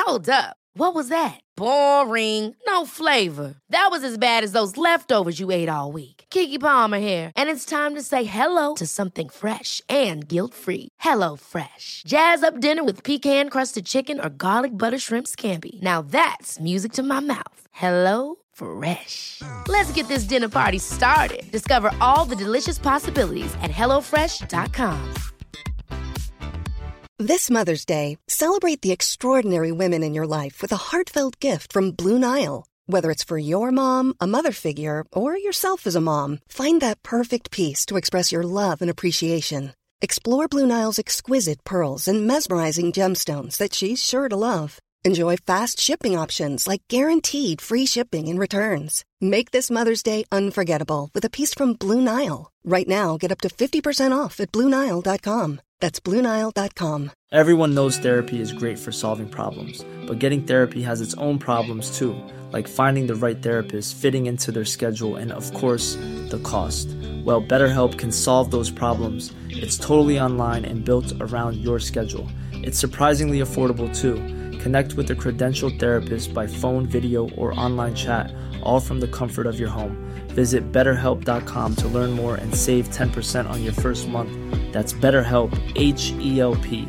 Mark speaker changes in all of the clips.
Speaker 1: Hold up. What was that? Boring. No flavor. That was as bad as those leftovers you ate all week. Keke Palmer here, and it's time to say hello to something fresh and guilt-free. Hello Fresh. Jazz up dinner with pecan-crusted chicken or garlic butter shrimp scampi. Now that's music to my mouth. Hello Fresh. Let's get this dinner party started. Discover all the delicious possibilities at hellofresh.com.
Speaker 2: This Mother's Day, celebrate the extraordinary women in your life with a heartfelt gift from Blue Nile. Whether it's for your mom, a mother figure, or yourself as a mom, find that perfect piece to express your love and appreciation. Explore Blue Nile's exquisite pearls and mesmerizing gemstones that she's sure to love. Enjoy fast shipping options like guaranteed free shipping and returns. Make this Mother's Day unforgettable with a piece from Blue Nile. Right now, get up to 50% off at BlueNile.com. That's BlueNile.com.
Speaker 3: Everyone knows therapy is great for solving problems, but getting therapy has its own problems too, like finding the right therapist, fitting into their schedule, and of course, the cost. Well, BetterHelp can solve those problems. It's totally online and built around your schedule. It's surprisingly affordable too. Connect with a credentialed therapist by phone, video, or online chat, all from the comfort of your home. Visit BetterHelp.com to learn more and save 10% on your first month. That's BetterHelp, H-E-L-P.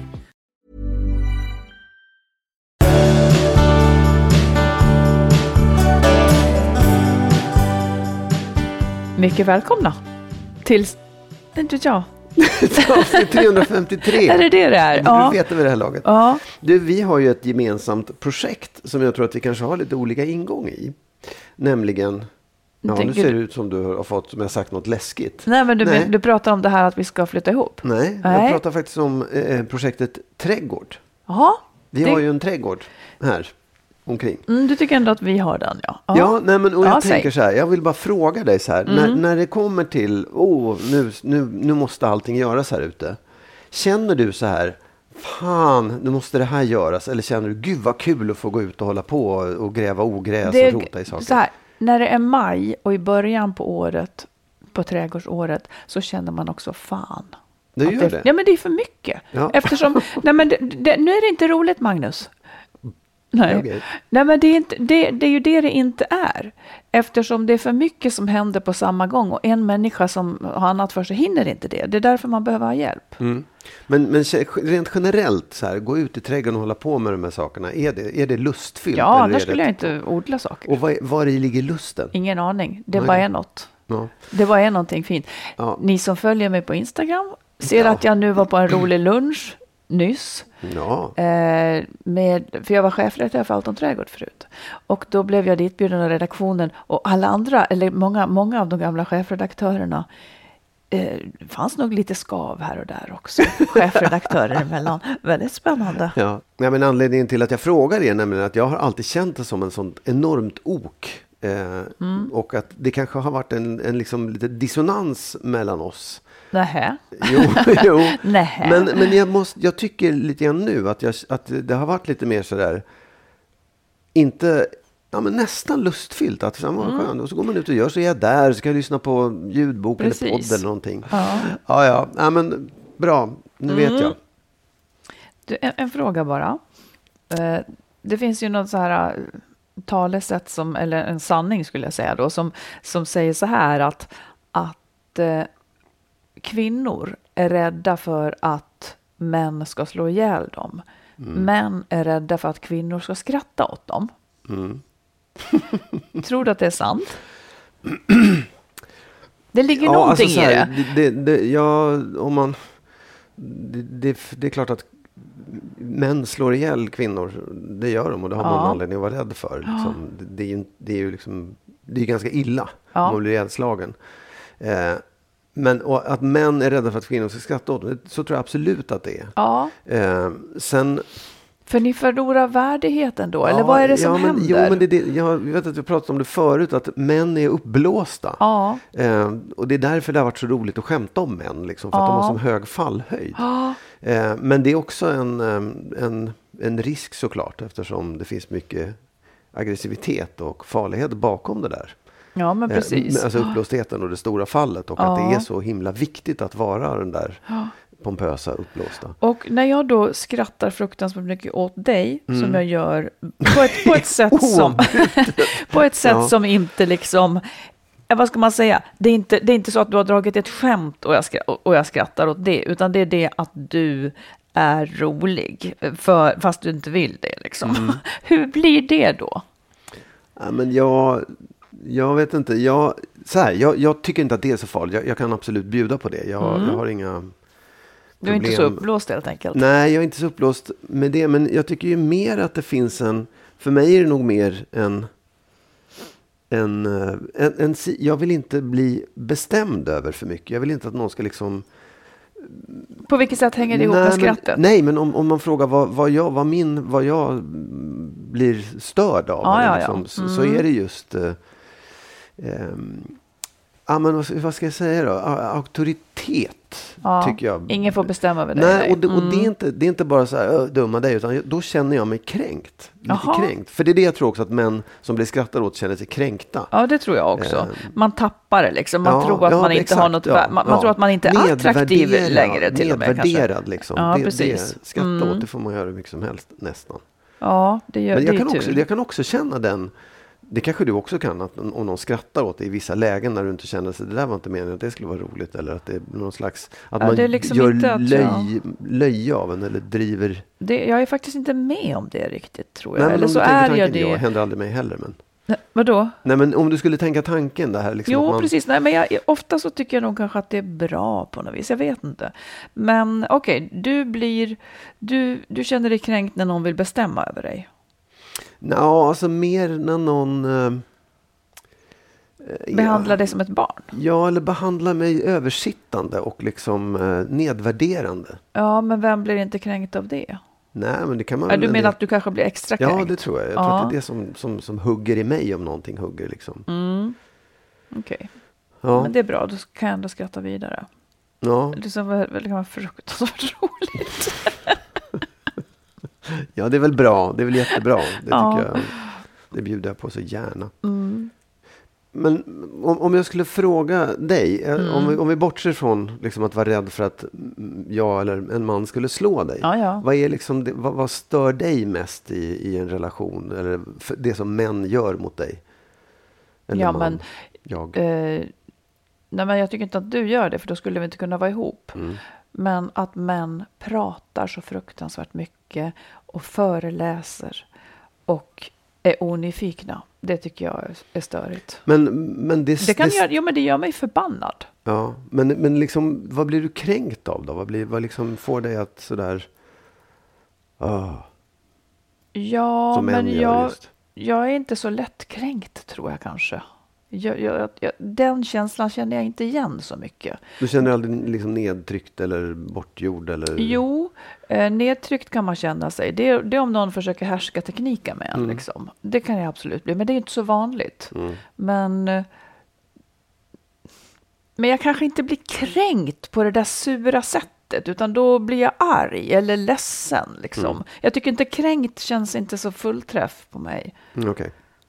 Speaker 4: Mycket välkomna till... Inte jag.
Speaker 5: Avsnitt 353.
Speaker 4: Är det är?
Speaker 5: Ja. Du vet vid det här laget.
Speaker 4: Ja.
Speaker 5: Du, vi har ju ett gemensamt projekt som jag tror att vi kanske har lite olika ingång i. Nämligen... Ja, nu ser det ut som du har fått, som jag sagt, något läskigt.
Speaker 4: Nej, men du pratar om det här att vi ska flytta ihop.
Speaker 5: Nej. Jag pratar faktiskt om projektet Trädgård.
Speaker 4: Jaha.
Speaker 5: Vi har ju en trädgård här omkring.
Speaker 4: Du tycker ändå att vi har den, ja.
Speaker 5: Ja, nej, men och jag tänker så här, jag vill bara fråga dig så här, när det kommer till, nu måste allting göras här ute. Känner du så här, fan, nu måste det här göras? Eller känner du, gud vad kul att få gå ut och hålla på och gräva ogräs och rota i saker?
Speaker 4: Så här, när det är maj och i början på året, på trädgårdsåret, så känner man också fan.
Speaker 5: Det gör det?
Speaker 4: Ja, men det är för mycket. Ja. Eftersom, nej men nu är det inte roligt, Magnus. Nej,
Speaker 5: okay.
Speaker 4: Nej, men det är ju det inte är. Eftersom det är för mycket som händer på samma gång och en människa som har annat för sig hinner inte det. Det är därför man behöver ha hjälp.
Speaker 5: Mm. Men rent generellt, så här, gå ut i trädgården och hålla på med de här sakerna. Är det lustfyllt?
Speaker 4: Ja, annars skulle jag inte odla saker.
Speaker 5: Och var i ligger lusten?
Speaker 4: Ingen aning. Det bara är något. Ja. Det bara är någonting fint. Ja. Ni som följer mig på Instagram ser att jag nu var på en rolig lunch nyss.
Speaker 5: Ja.
Speaker 4: För jag var chefredaktör för Alton Trädgård förut. Och då blev jag ditbjuden av redaktionen. Och alla andra, eller många av de gamla chefredaktörerna, fanns nog lite skav här och där också. Chefredaktörer emellan. Väldigt spännande.
Speaker 5: Ja, men anledningen till att jag frågar är nämligen att jag har alltid känt det som en sån enormt ok. Och att det kanske har varit en liksom lite dissonans mellan oss.
Speaker 4: Nähä.
Speaker 5: Jo.
Speaker 4: Nähä.
Speaker 5: Men jag tycker lite grann nu att det har varit lite mer sådär, inte, ja men nästan lustfyllt, att det var skönt. Och så går man ut och gör, så är jag där, så ska jag lyssna på ljudbok eller podd eller någonting. Ja, men bra, nu vet jag.
Speaker 4: Du, en fråga bara. Det finns ju något så här talesätt eller en sanning skulle jag säga då, som säger så här att kvinnor är rädda för att män ska slå ihjäl dem. Män är rädda för att kvinnor ska skratta åt dem. Tror du att det är sant? Det ligger någonting i det.
Speaker 5: Det är klart att män slår ihjäl kvinnor. Det gör de, och det har man anledning att vara rädd för. Liksom. Det är ju liksom, det är ganska illa om man blir ihjälslagen. Men att män är rädda för att kvinnor ska skratta åt dem, så tror jag absolut att det är. Ja. Sen...
Speaker 4: För ni förlorar värdigheten då? Eller vad är det som händer?
Speaker 5: Jo, men jag vet att vi pratade om det förut, att män är uppblåsta. Ja. Och det är därför det har varit så roligt att skämta om män. Liksom, för att de har så hög fallhöjd. Ja. Men det är också en risk såklart, eftersom det finns mycket aggressivitet och farlighet bakom det där.
Speaker 4: Ja, men precis.
Speaker 5: Alltså uppblåstheten och det stora fallet, och att det är så himla viktigt att vara den där pompösa, uppblåsta.
Speaker 4: Och när jag då skrattar fruktansvärt mycket åt dig, som jag gör på ett sätt som på ett sätt som inte liksom, vad ska man säga, det är inte så att du har dragit ett skämt och jag skrattar åt det, utan det är det att du är rolig, fast du inte vill det liksom. Hur blir det då?
Speaker 5: Ja, men jag vet inte. Jag tycker inte att det är så farligt. Jag kan absolut bjuda på det. Jag har inga problem.
Speaker 4: Du är inte så uppblåst helt enkelt.
Speaker 5: Nej, jag är inte så uppblåst med det. Men jag tycker ju mer att det finns för mig är det nog mer jag vill inte bli bestämd över för mycket. Jag vill inte att någon ska liksom...
Speaker 4: På vilket sätt hänger det ihop med skrattet?
Speaker 5: Nej, men om man frågar vad jag blir störd av, så är det just men vad ska jag säga då? Auktoritet, tycker jag.
Speaker 4: Ingen får bestämma över dig.
Speaker 5: Nej, och det är inte bara så här dumma dig, utan då känner jag mig kränkt. Lite kränkt. För det är det jag tror också, att män som blir skrattade åt känner sig kränkta.
Speaker 4: Ja, det tror jag också. Man tappar det liksom. Man tror att man inte har något man tror att man inte är attraktiv längre till och med.
Speaker 5: Nedvärderad liksom.
Speaker 4: Ja, precis.
Speaker 5: Skratta åt, det får man göra mycket som helst nästan.
Speaker 4: Ja, det gör det.
Speaker 5: Men jag kan också känna den. Det kanske du också kan, att om någon skrattar åt det i vissa lägen när du inte känner sig, det där var inte meningen att det skulle vara roligt, eller att det är någon slags, att man liksom gör löje av en eller driver. Jag
Speaker 4: är faktiskt inte med om det riktigt, tror jag.
Speaker 5: Nej,
Speaker 4: eller så är jag det.
Speaker 5: Jag händer aldrig mig heller, men.
Speaker 4: Vadå?
Speaker 5: Nej, men om du skulle tänka tanken det här liksom.
Speaker 4: Jo, precis. Nej, men ofta så tycker jag nog kanske att det är bra på något vis. Jag vet inte. Men okej, du känner dig kränkt när någon vill bestämma över dig.
Speaker 5: Ja, alltså mer när någon
Speaker 4: behandlar dig som ett barn.
Speaker 5: Ja, eller behandlar mig översittande och liksom nedvärderande.
Speaker 4: Ja, men vem blir inte kränkt av det?
Speaker 5: Nej, men det kan man.
Speaker 4: Du menar att du kanske blir extra kränkt?
Speaker 5: Ja, det tror jag. Jag tror att det är det som hugger i mig om någonting hugger liksom.
Speaker 4: Okej. Ja. Men det är bra, då kan jag ändå skratta vidare.
Speaker 5: Ja.
Speaker 4: Det kan vara fruktansvärt roligt.
Speaker 5: Ja, det är väl bra. Det är väl jättebra. Det tycker jag. Det bjuder jag på så gärna. Men om jag skulle fråga dig, om vi bortser från liksom att vara rädd för att jag eller en man skulle slå dig. Vad är liksom vad stör dig mest i en relation, eller det som män gör mot dig? Eller
Speaker 4: nej, men jag tycker inte att du gör det, för då skulle vi inte kunna vara ihop. Men att män pratar så fruktansvärt mycket och föreläser och är onyfikna, det tycker jag är störigt.
Speaker 5: Men det
Speaker 4: gör mig förbannad.
Speaker 5: Ja, men liksom, vad blir du kränkt av då? Vad liksom får dig att sådär...
Speaker 4: Ja, men jag är inte så lättkränkt, tror jag kanske. Den känslan känner jag inte igen så mycket.
Speaker 5: Du känner aldrig liksom nedtryckt eller bortgjord? Eller?
Speaker 4: Jo, nedtryckt kan man känna sig. Det är om någon försöker härska tekniken med en. Liksom. Det kan jag absolut bli, men det är inte så vanligt. Men jag kanske inte blir kränkt på det där sura sättet, utan då blir jag arg eller ledsen. Liksom. Jag tycker inte kränkt känns inte så fullträff på mig.
Speaker 5: Okej.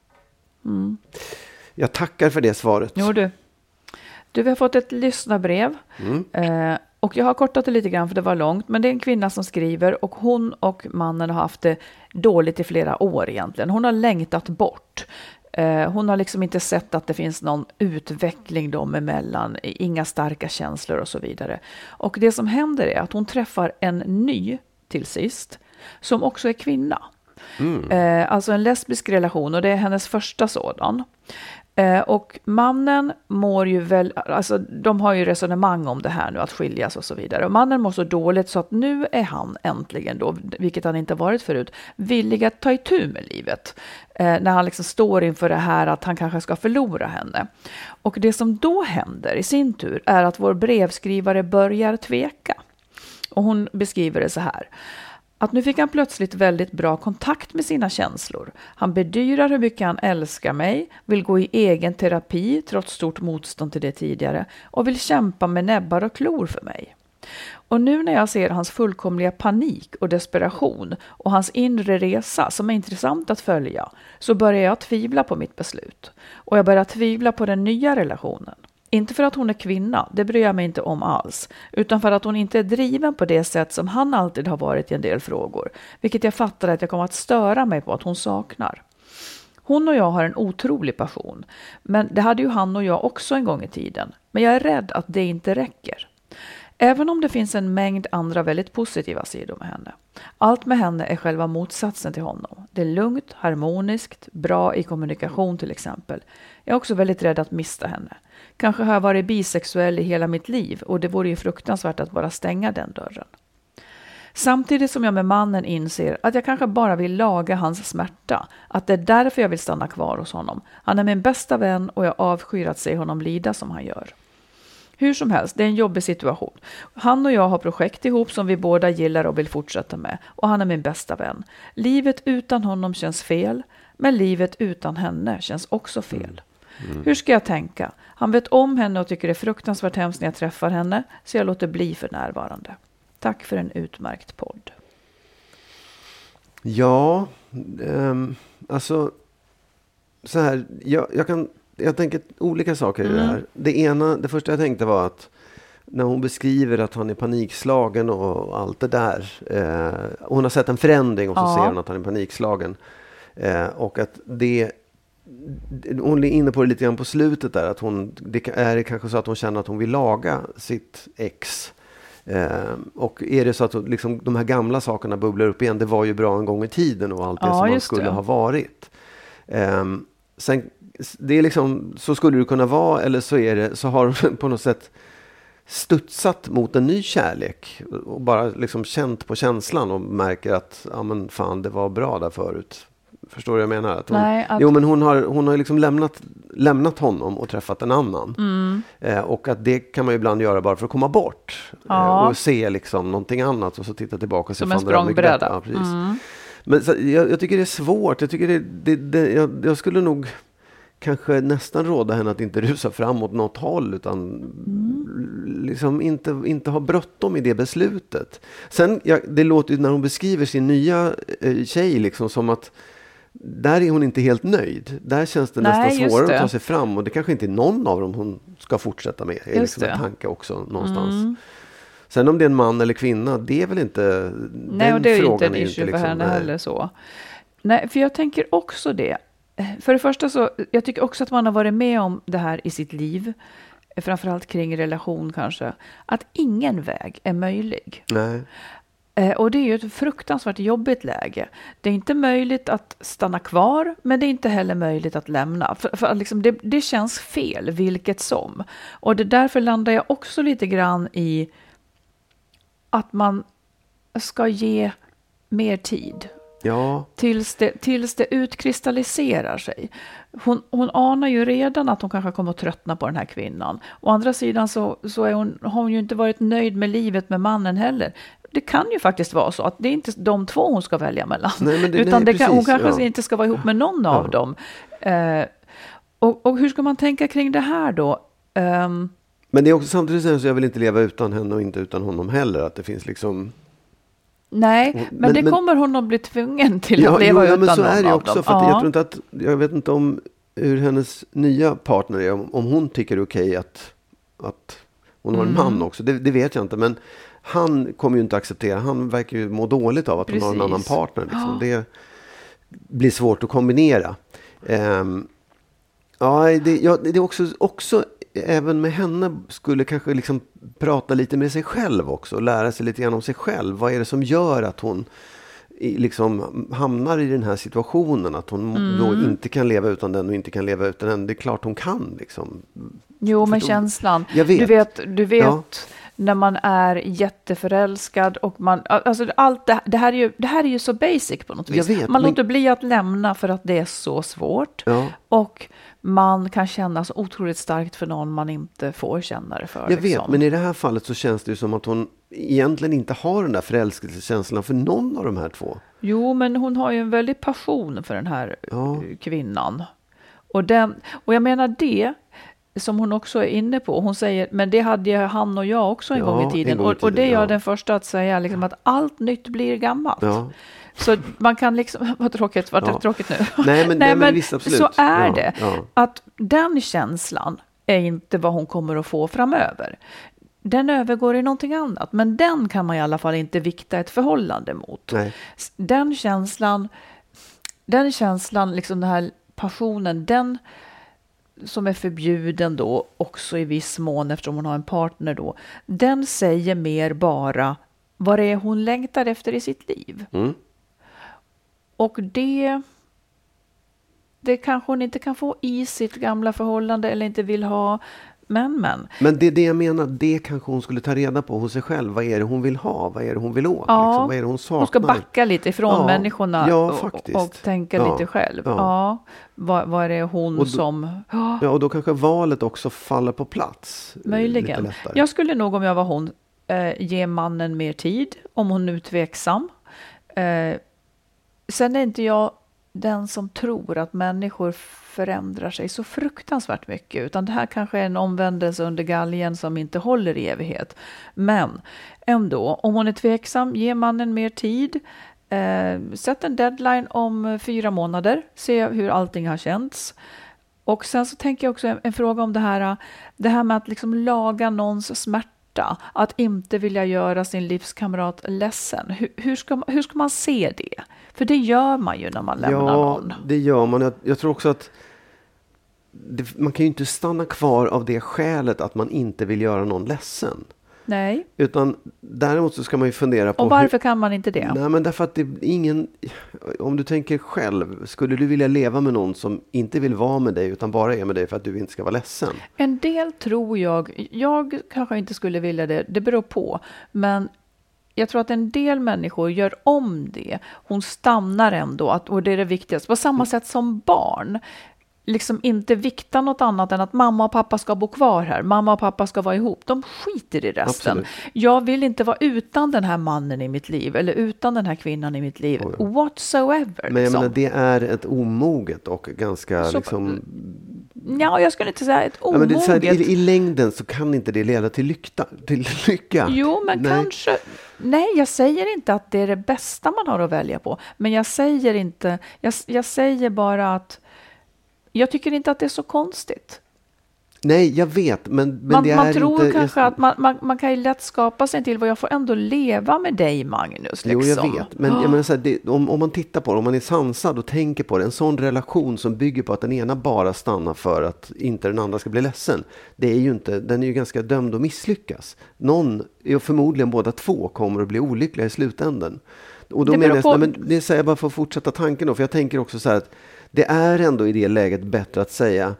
Speaker 5: Jag tackar för det svaret.
Speaker 4: Jo du. Vi har fått ett lyssnarbrev. Och jag har kortat det lite grann för det var långt. Men det är en kvinna som skriver, och hon och mannen har haft det dåligt i flera år egentligen. Hon har längtat bort. Hon har liksom inte sett att det finns någon utveckling dem emellan. Inga starka känslor och så vidare. Och det som händer är att hon träffar en ny till sist, som också är kvinna. Alltså en lesbisk relation, och det är hennes första sådan. Och mannen mår ju väl, alltså de har ju resonemang om det här nu, att skiljas och så vidare. Och mannen mår så dåligt så att nu är han äntligen då, vilket han inte varit förut, villig att ta itu med livet. När han liksom står inför det här att han kanske ska förlora henne. Och det som då händer i sin tur är att vår brevskrivare börjar tveka. Och hon beskriver det så här. Att nu fick han plötsligt väldigt bra kontakt med sina känslor. Han bedyrar hur mycket han älskar mig, vill gå i egen terapi trots stort motstånd till det tidigare, och vill kämpa med näbbar och klor för mig. Och nu när jag ser hans fullkomliga panik och desperation och hans inre resa som är intressant att följa, så börjar jag tvivla på mitt beslut. Och jag börjar tvivla på den nya relationen. Inte för att hon är kvinna, det bryr jag mig inte om alls. Utan för att hon inte är driven på det sätt som han alltid har varit i en del frågor. Vilket jag fattar att jag kommer att störa mig på att hon saknar. Hon och jag har en otrolig passion. Men det hade ju han och jag också en gång i tiden. Men jag är rädd att det inte räcker. Även om det finns en mängd andra väldigt positiva sidor med henne. Allt med henne är själva motsatsen till honom. Det är lugnt, harmoniskt, bra i kommunikation till exempel. Jag är också väldigt rädd att mista henne. Kanske har jag varit bisexuell i hela mitt liv och det vore ju fruktansvärt att bara stänga den dörren. Samtidigt som jag med mannen inser att jag kanske bara vill laga hans smärta. Att det är därför jag vill stanna kvar hos honom. Han är min bästa vän och jag avskyr att se honom lida som han gör. Hur som helst, det är en jobbig situation. Han och jag har projekt ihop som vi båda gillar och vill fortsätta med. Och han är min bästa vän. Livet utan honom känns fel, men livet utan henne känns också fel. Hur ska jag tänka? Han vet om henne och tycker det är fruktansvärt hemskt när jag träffar henne, så jag låter bli för närvarande. Tack för en utmärkt podd.
Speaker 5: Ja, alltså så här, jag tänker olika saker i det här. Det första jag tänkte var att när hon beskriver att han är panikslagen och allt det där. Hon har sett en förändring och så ser hon att han är panikslagen. Och att hon är inne på det lite grann på slutet där. Att det är kanske så att hon känner att hon vill laga sitt ex. Och är det så att liksom, de här gamla sakerna bubblar upp igen. Det var ju bra en gång i tiden och allt det som man skulle ha varit. Sen, det är liksom, så skulle det kunna vara, eller så har hon på något sätt studsat mot en ny kärlek och bara liksom känt på känslan och märker att ja men fan, det var bra där förut. Förstår du vad jag menar? Jo, men hon har liksom lämnat honom och träffat en annan. Och att det kan man ju ibland göra bara för att komma bort. Och se liksom någonting annat och så titta tillbaka.
Speaker 4: Som en språngbräda.
Speaker 5: Ja, precis. Men så, jag tycker det är svårt. Jag tycker jag skulle nog kanske nästan råda henne att inte rusa framåt något håll utan liksom inte ha bråttom i det beslutet. Sen, det låter ju när hon beskriver sin nya tjej liksom som att där är hon inte helt nöjd. Där känns det nästan svårare att ta sig fram och det kanske inte är någon av dem hon ska fortsätta med. Det är liksom en tanke också någonstans. Sen om det är en man eller kvinna, det är väl inte...
Speaker 4: Nej, och det är ju inte en issue för henne heller så. Nej, för jag tänker också det. För det första så, jag tycker också att man har varit med om det här i sitt liv. Framförallt kring relation kanske. Att ingen väg är möjlig. Nej. Och det är ju ett fruktansvärt jobbigt läge. Det är inte möjligt att stanna kvar, men det är inte heller möjligt att lämna. För liksom det känns fel, vilket som. Och därför landar jag också lite grann i att man ska ge mer tid. Ja. Tills det utkristalliserar sig. Hon anar ju redan att hon kanske kommer att tröttna på den här kvinnan. Å andra sidan så har hon ju inte varit nöjd med livet med mannen heller. Det kan ju faktiskt vara så att det är inte de två hon ska välja mellan. Hon kanske inte ska vara ihop med någon av dem. Och hur ska man tänka kring det här då?
Speaker 5: Men det är också samtidigt så jag vill inte leva utan henne och inte utan honom heller. Att det finns liksom...
Speaker 4: Nej, men det kommer hon att bli tvungen till att leva utan
Speaker 5: men så
Speaker 4: någon
Speaker 5: är det
Speaker 4: av
Speaker 5: också,
Speaker 4: dem.
Speaker 5: För att jag vet inte om hur hennes nya partner är, om hon tycker det är okej att hon har en man också. Det vet jag inte, men han kommer ju inte acceptera. Han verkar ju må dåligt av att hon har en annan partner. Liksom. Det blir svårt att kombinera. Det är också även med henne skulle kanske liksom prata lite med sig själv också. Lära sig lite grann om sig själv. Vad är det som gör att hon liksom hamnar i den här situationen? Att hon då inte kan leva utan den och inte kan leva utan den. Det är klart hon kan liksom.
Speaker 4: Jo, men känslan. Jag vet. Du vet när man är jätteförälskad och man, alltså allt det här är ju så basic på något vis. Man låter bli att lämna för att det är så svårt. Ja. Och man kan känna så otroligt starkt för någon man inte får känna det för.
Speaker 5: Jag vet, men i det här fallet så känns det ju som att hon egentligen inte har den där förälskelsekänslan för någon av de här två. Jo,
Speaker 4: men hon har ju en väldig passion för den här kvinnan. Och jag menar det som hon också är inne på. Hon säger, men det hade ju han och jag också en gång i tiden. Och det är jag den första att säga, liksom, att allt nytt blir gammalt. Ja. Så man kan liksom, vad tråkigt nu?
Speaker 5: Nej, men visst, absolut.
Speaker 4: Så är det. Ja. Att den känslan är inte vad hon kommer att få framöver. Den övergår i någonting annat, men den kan man i alla fall inte vikta ett förhållande mot.
Speaker 5: Nej.
Speaker 4: Den känslan, liksom den här passionen, den som är förbjuden då också i viss mån eftersom hon har en partner då, den säger mer bara vad det är hon längtar efter i sitt liv. Och det kanske hon inte kan få i sitt gamla förhållande eller inte vill ha. Men
Speaker 5: det är det jag menar, det kanske hon skulle ta reda på hos sig själv. Vad är det hon vill ha? Vad är det hon vill åt?
Speaker 4: Ja,
Speaker 5: liksom? Vad är det hon saknar?
Speaker 4: Hon ska backa lite ifrån människorna och tänka lite själv. Ja. Vad är det hon som...
Speaker 5: Ja, och då kanske valet också faller på plats.
Speaker 4: Möjligen. Jag skulle nog, om jag var hon, ge mannen mer tid, om hon nu är tveksam. Sen är inte jag den som tror att människor förändrar sig så fruktansvärt mycket, utan det här kanske är en omvändelse under galgen som inte håller i evighet. Men ändå, om hon är tveksam, ge mannen mer tid, sätt en deadline om 4 månader, se hur allting har känts. Och sen så tänker jag också en fråga om det här med att liksom laga någons smärta, att inte vilja göra sin livskamrat ledsen. Hur ska man se det? För det gör man ju när man lämnar någon. Ja,
Speaker 5: det gör man. Jag tror också att man kan ju inte stanna kvar av det skälet att man inte vill göra någon ledsen.
Speaker 4: Nej.
Speaker 5: Utan däremot så ska man ju fundera på...
Speaker 4: Och varför kan man inte det?
Speaker 5: Nej, men därför att det är ingen... Om du tänker själv, skulle du vilja leva med någon som inte vill vara med dig utan bara är med dig för att du inte ska vara ledsen?
Speaker 4: En del tror jag kanske inte skulle vilja det beror på. Men jag tror att en del människor gör om det. Hon stannar ändå, och det är det viktigaste. På samma sätt som barn. Liksom inte vikta något annat än att mamma och pappa ska bo kvar här. Mamma och pappa ska vara ihop. De skiter i resten.
Speaker 5: Absolut.
Speaker 4: Jag vill inte vara utan den här mannen i mitt liv. Eller utan den här kvinnan i mitt liv. Whatsoever.
Speaker 5: Men jag menar, det är ett omoget och ganska
Speaker 4: så,
Speaker 5: liksom...
Speaker 4: Ja, jag skulle inte säga ett omoget.
Speaker 5: Ja, men det är så här, i längden så kan inte det leda till lycka.
Speaker 4: Jo, men kanske... Nej, jag säger inte att det är det bästa man har att välja på. Men jag säger inte... Jag säger bara att jag tycker inte att det är så konstigt.
Speaker 5: Nej, jag vet, men det är
Speaker 4: man tror
Speaker 5: inte...
Speaker 4: kanske att man kan ju lätt skapa sig till vad jag får ändå leva med dig, Magnus. Liksom.
Speaker 5: Jo, jag vet. Men jag menar så här, om man tittar på det, om man är sansad och tänker på det, en sån relation som bygger på att den ena bara stannar för att inte den andra ska bli ledsen, det är ju inte, den är ju ganska dömd att misslyckas. Någon, förmodligen båda två, kommer att bli olyckliga i slutändan. Och då det menar jag, men det säger jag bara för att fortsätta tanken då, för jag tänker också så här att det är ändå i det läget bättre att säga,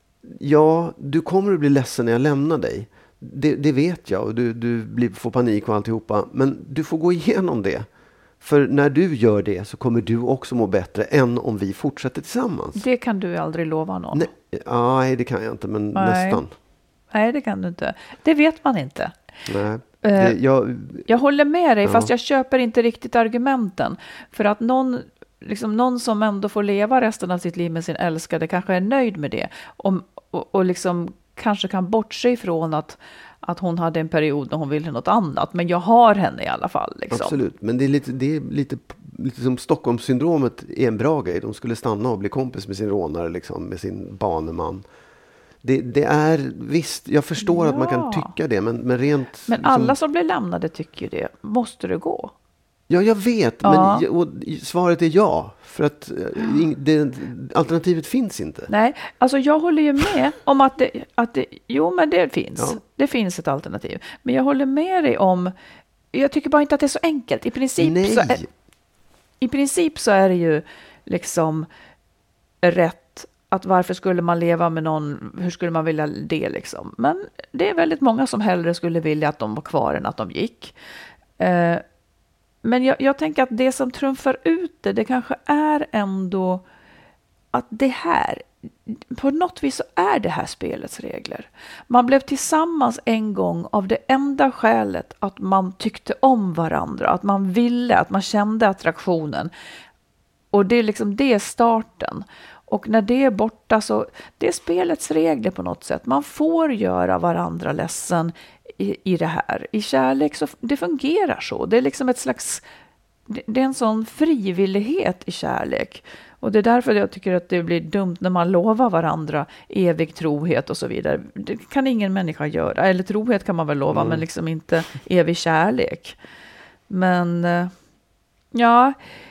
Speaker 5: ja, du kommer att bli ledsen när jag lämnar dig. Det vet jag, och du får panik och alltihopa. Men du får gå igenom det. För när du gör det så kommer du också må bättre än om vi fortsätter tillsammans.
Speaker 4: Det kan du aldrig lova någon.
Speaker 5: Nej, det kan jag inte, men nästan.
Speaker 4: Nej, det kan du inte. Det vet man inte.
Speaker 5: Nej.
Speaker 4: Jag håller med dig, fast jag köper inte riktigt argumenten. För att någon som ändå får leva resten av sitt liv med sin älskade kanske är nöjd med det. Och liksom kanske kan bortse ifrån att hon hade en period när hon ville något annat. Men jag har henne i alla fall. Liksom.
Speaker 5: Absolut, men det är lite som Stockholmssyndromet är en bra grej. De skulle stanna och bli kompis med sin rånare, liksom, med sin baneman. Det är visst, jag förstår att man kan tycka det, men rent...
Speaker 4: Men
Speaker 5: liksom,
Speaker 4: alla som blir lämnade tycker det. Måste det gå?
Speaker 5: Ja, jag vet, men och svaret är ja. För att alternativet finns inte.
Speaker 4: Nej, alltså jag håller ju med om att det finns. Ja. Det finns ett alternativ. Men jag håller med dig om, jag tycker bara inte att det är så enkelt. I princip så är det ju liksom rätt att varför skulle man leva med någon, hur skulle man vilja det liksom. Men det är väldigt många som hellre skulle vilja att de var kvar än att de gick. Men jag tänker att det som trumfar ut det kanske är ändå att det här, på något vis så är det här spelets regler. Man blev tillsammans en gång av det enda skälet att man tyckte om varandra, att man ville, att man kände attraktionen. Och det är liksom det starten. Och när det är borta så, det är spelets regler på något sätt. Man får göra varandra ledsen i det här. I kärlek så det fungerar så. Det är liksom ett slags, det är en sån frivillighet i kärlek. Och det är därför jag tycker att det blir dumt när man lovar varandra evig trohet och så vidare. Det kan ingen människa göra. Eller trohet kan man väl lova, men liksom inte evig kärlek. Men ja,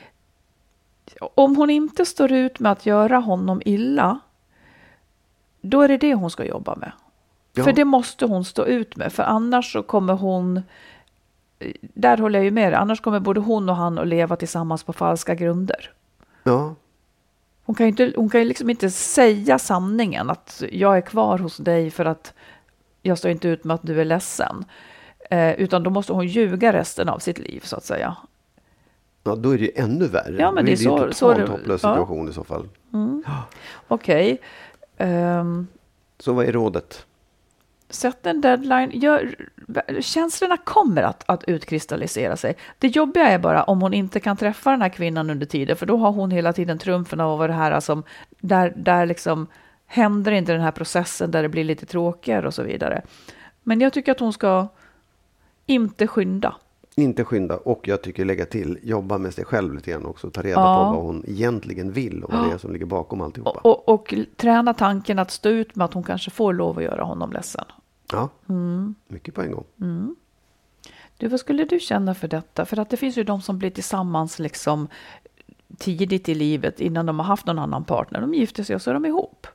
Speaker 4: om hon inte står ut med att göra honom illa, då är det hon ska jobba med. Ja. För det måste hon stå ut med. För annars så kommer hon, där håller jag ju med, annars kommer både hon och han att leva tillsammans på falska grunder.
Speaker 5: Ja.
Speaker 4: Hon kan ju liksom inte säga sanningen, att jag är kvar hos dig för att jag står inte ut med att du är ledsen. Utan då måste hon ljuga resten av sitt liv, så att säga.
Speaker 5: Ja, då är det ju ännu värre.
Speaker 4: Ja, men det är
Speaker 5: ju en totalt hopplös situation i så fall.
Speaker 4: Okej.
Speaker 5: Så vad är rådet?
Speaker 4: Sätt en deadline. Känslorna kommer att utkristallisera sig. Det jobbiga är bara om hon inte kan träffa den här kvinnan under tiden. För då har hon hela tiden trumfen av vad det här som där liksom händer inte den här processen där det blir lite tråkigare och så vidare. Men jag tycker att hon ska inte skynda.
Speaker 5: Inte skynda, och jag tycker lägga till, jobba med sig själv lite grann också. Ta reda på vad hon egentligen vill och vad det är som ligger bakom alltihopa.
Speaker 4: Och träna tanken att stå ut med att hon kanske får lov att göra honom ledsen.
Speaker 5: Ja, mycket på en gång.
Speaker 4: Du, vad skulle du känna för detta? För att det finns ju de som blir tillsammans liksom tidigt i livet innan de har haft någon annan partner. De gifter sig och så är de ihop.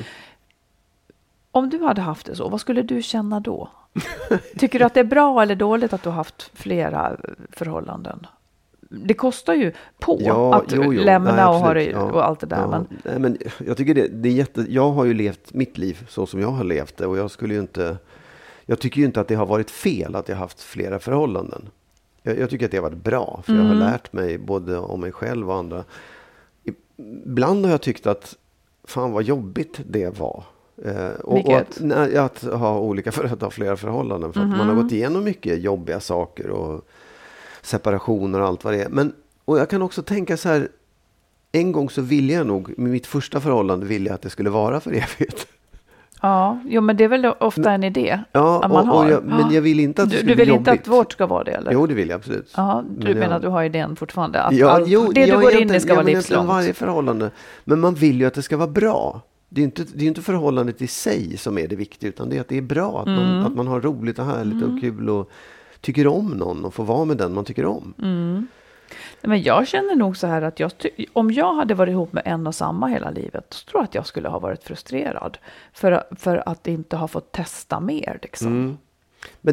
Speaker 4: Om du hade haft det så, vad skulle du känna då? Tycker du att det är bra eller dåligt att du har haft flera förhållanden? Det kostar ju på att lämna och ha det och allt det där.
Speaker 5: Ja. Men jag tycker det är jag har ju levt mitt liv så som jag har levt det, och jag tycker ju inte att det har varit fel att jag har haft flera förhållanden. Jag tycker att det har varit bra, för jag har lärt mig både om mig själv och andra. Ibland har jag tyckt att fan vad jobbigt det var. Och att ha flera förhållanden, för att man har gått igenom mycket jobbiga saker och separationer och allt vad det är. Och jag kan också tänka så här, en gång så ville jag nog, med mitt första förhållande ville jag att det skulle vara för evigt.
Speaker 4: Ja, men det är väl ofta en idé att man har.
Speaker 5: Men jag vill inte att det skulle
Speaker 4: bli
Speaker 5: jobbigt.
Speaker 4: Du vill inte att vårt ska vara det, eller?
Speaker 5: Jo, det vill jag absolut.
Speaker 4: Ja, du menar att du har idén fortfarande? Att
Speaker 5: det
Speaker 4: du går in i ska vara livslångt.
Speaker 5: Varje förhållande. Men man vill ju att det ska vara bra. Det är inte förhållandet i sig som är det viktiga, utan det är att det är bra. Att man har roligt och härligt och kul och tycker om någon och får vara med den man tycker om.
Speaker 4: Men jag känner nog så här att om jag hade varit ihop med en och samma hela livet, så tror jag att jag skulle ha varit frustrerad för att inte ha fått testa mer liksom.
Speaker 5: Men